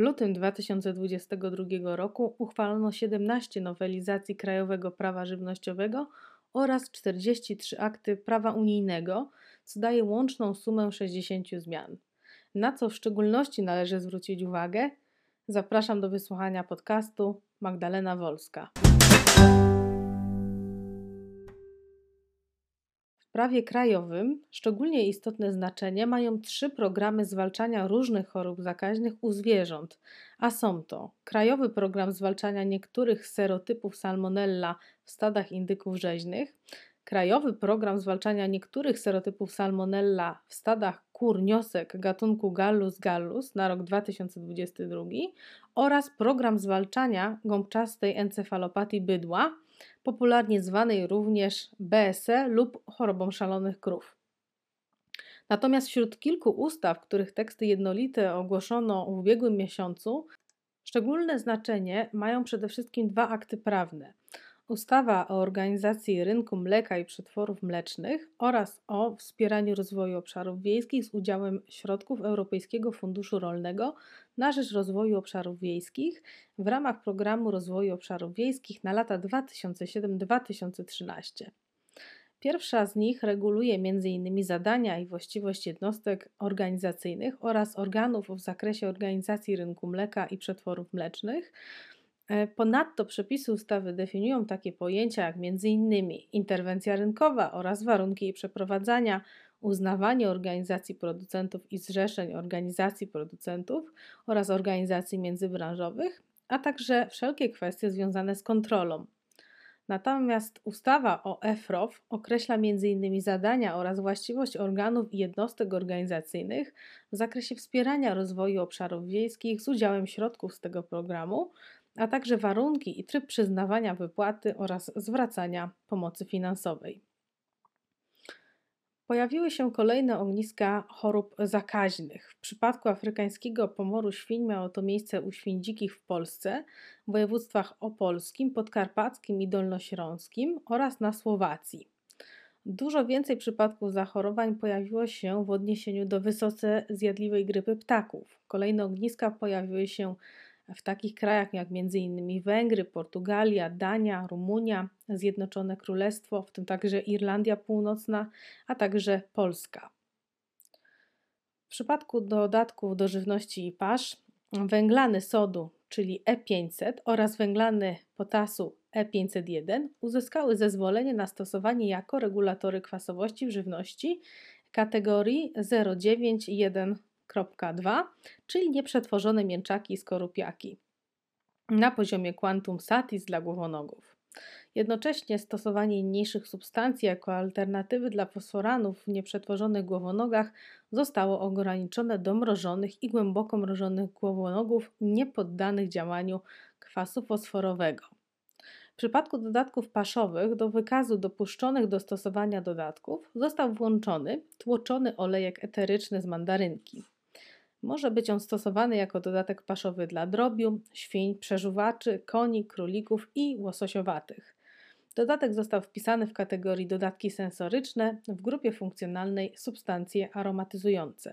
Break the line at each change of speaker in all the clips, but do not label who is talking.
lutym 2022 roku uchwalono 17 nowelizacji krajowego prawa żywnościowego oraz 43 akty prawa unijnego, co daje łączną sumę 60 zmian. Na co w szczególności należy zwrócić uwagę? Zapraszam do wysłuchania podcastu Magdalena Wolska. W prawie krajowym szczególnie istotne znaczenie mają 3 programy zwalczania różnych chorób zakaźnych u zwierząt, a są to Krajowy Program Zwalczania niektórych serotypów Salmonella w stadach indyków rzeźnych, Krajowy Program Zwalczania niektórych serotypów Salmonella w stadach kur niosek gatunku Gallus gallus na rok 2022 oraz Program Zwalczania gąbczastej encefalopatii bydła, popularnie zwanej również BSE lub chorobą szalonych krów. Natomiast wśród kilku ustaw, których teksty jednolite ogłoszono w ubiegłym miesiącu, szczególne znaczenie mają przede wszystkim 2 akty prawne. Ustawa o organizacji rynku mleka i przetworów mlecznych oraz o wspieraniu rozwoju obszarów wiejskich z udziałem środków Europejskiego Funduszu Rolnego na rzecz rozwoju obszarów wiejskich w ramach Programu Rozwoju Obszarów Wiejskich na lata 2007-2013. Pierwsza z nich reguluje m.in. zadania i właściwość jednostek organizacyjnych oraz organów w zakresie organizacji rynku mleka i przetworów mlecznych. Ponadto przepisy ustawy definiują takie pojęcia jak m.in. interwencja rynkowa oraz warunki jej przeprowadzania, uznawanie organizacji producentów i zrzeszeń organizacji producentów oraz organizacji międzybranżowych, a także wszelkie kwestie związane z kontrolą. Natomiast ustawa o EFROW określa m.in. zadania oraz właściwość organów i jednostek organizacyjnych w zakresie wspierania rozwoju obszarów wiejskich z udziałem środków z tego programu, a także warunki i tryb przyznawania wypłaty oraz zwracania pomocy finansowej. Pojawiły się kolejne ogniska chorób zakaźnych. W przypadku afrykańskiego pomoru świń miało to miejsce u świń dzikich w Polsce, w województwach opolskim, podkarpackim i dolnośląskim oraz na Słowacji. Dużo więcej przypadków zachorowań pojawiło się w odniesieniu do wysoce zjadliwej grypy ptaków. Kolejne ogniska pojawiły się w takich krajach jak m.in. Węgry, Portugalia, Dania, Rumunia, Zjednoczone Królestwo, w tym także Irlandia Północna, a także Polska. W przypadku dodatków do żywności i pasz, węglany sodu, czyli E500 oraz węglany potasu E501 uzyskały zezwolenie na stosowanie jako regulatory kwasowości w żywności kategorii 091.2, czyli nieprzetworzone mięczaki i skorupiaki, na poziomie Quantum Satis dla głowonogów. Jednocześnie stosowanie niniejszych substancji jako alternatywy dla fosforanów w nieprzetworzonych głowonogach zostało ograniczone do mrożonych i głęboko mrożonych głowonogów niepoddanych działaniu kwasu fosforowego. W przypadku dodatków paszowych do wykazu dopuszczonych do stosowania dodatków został włączony tłoczony olejek eteryczny z mandarynki. Może być on stosowany jako dodatek paszowy dla drobiu, świń, przeżuwaczy, koni, królików i łososiowatych. Dodatek został wpisany w kategorii dodatki sensoryczne w grupie funkcjonalnej substancje aromatyzujące.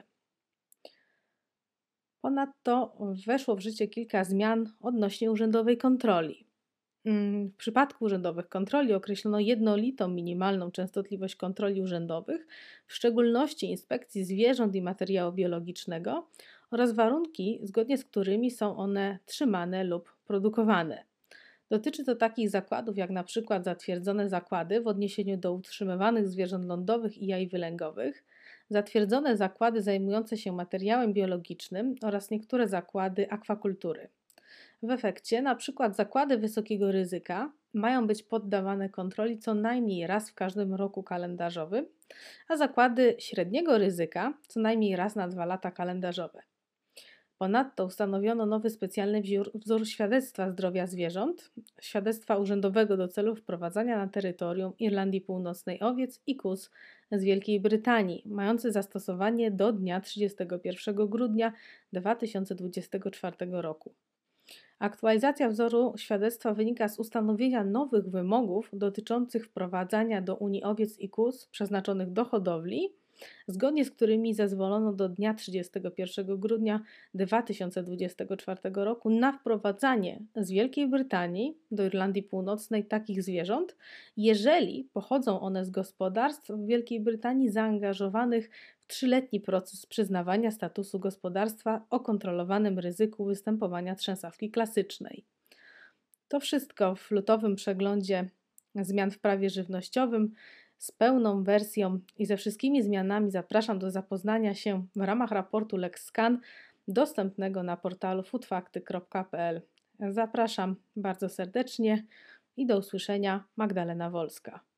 Ponadto weszło w życie kilka zmian odnośnie urzędowej kontroli. W przypadku urzędowych kontroli określono jednolitą minimalną częstotliwość kontroli urzędowych, w szczególności inspekcji zwierząt i materiału biologicznego oraz warunki, zgodnie z którymi są one trzymane lub produkowane. Dotyczy to takich zakładów jak np. zatwierdzone zakłady w odniesieniu do utrzymywanych zwierząt lądowych i jaj wylęgowych, zatwierdzone zakłady zajmujące się materiałem biologicznym oraz niektóre zakłady akwakultury. W efekcie np. zakłady wysokiego ryzyka mają być poddawane kontroli co najmniej raz w każdym roku kalendarzowym, a zakłady średniego ryzyka co najmniej raz na 2 lata kalendarzowe. Ponadto ustanowiono nowy specjalny wzór świadectwa zdrowia zwierząt, świadectwa urzędowego do celu wprowadzania na terytorium Irlandii Północnej owiec i kóz z Wielkiej Brytanii, mający zastosowanie do dnia 31 grudnia 2024 roku. Aktualizacja wzoru świadectwa wynika z ustanowienia nowych wymogów dotyczących wprowadzania do Unii owiec i kóz przeznaczonych do hodowli zgodnie z którymi zezwolono do dnia 31 grudnia 2024 roku na wprowadzanie z Wielkiej Brytanii do Irlandii Północnej takich zwierząt, jeżeli pochodzą one z gospodarstw w Wielkiej Brytanii zaangażowanych w trzyletni proces przyznawania statusu gospodarstwa o kontrolowanym ryzyku występowania trzęsawki klasycznej. To wszystko w lutowym przeglądzie zmian w prawie żywnościowym. Z pełną wersją i ze wszystkimi zmianami zapraszam do zapoznania się w ramach raportu LexScan dostępnego na portalu foodfakty.pl. Zapraszam bardzo serdecznie i do usłyszenia. Magdalena Wolska.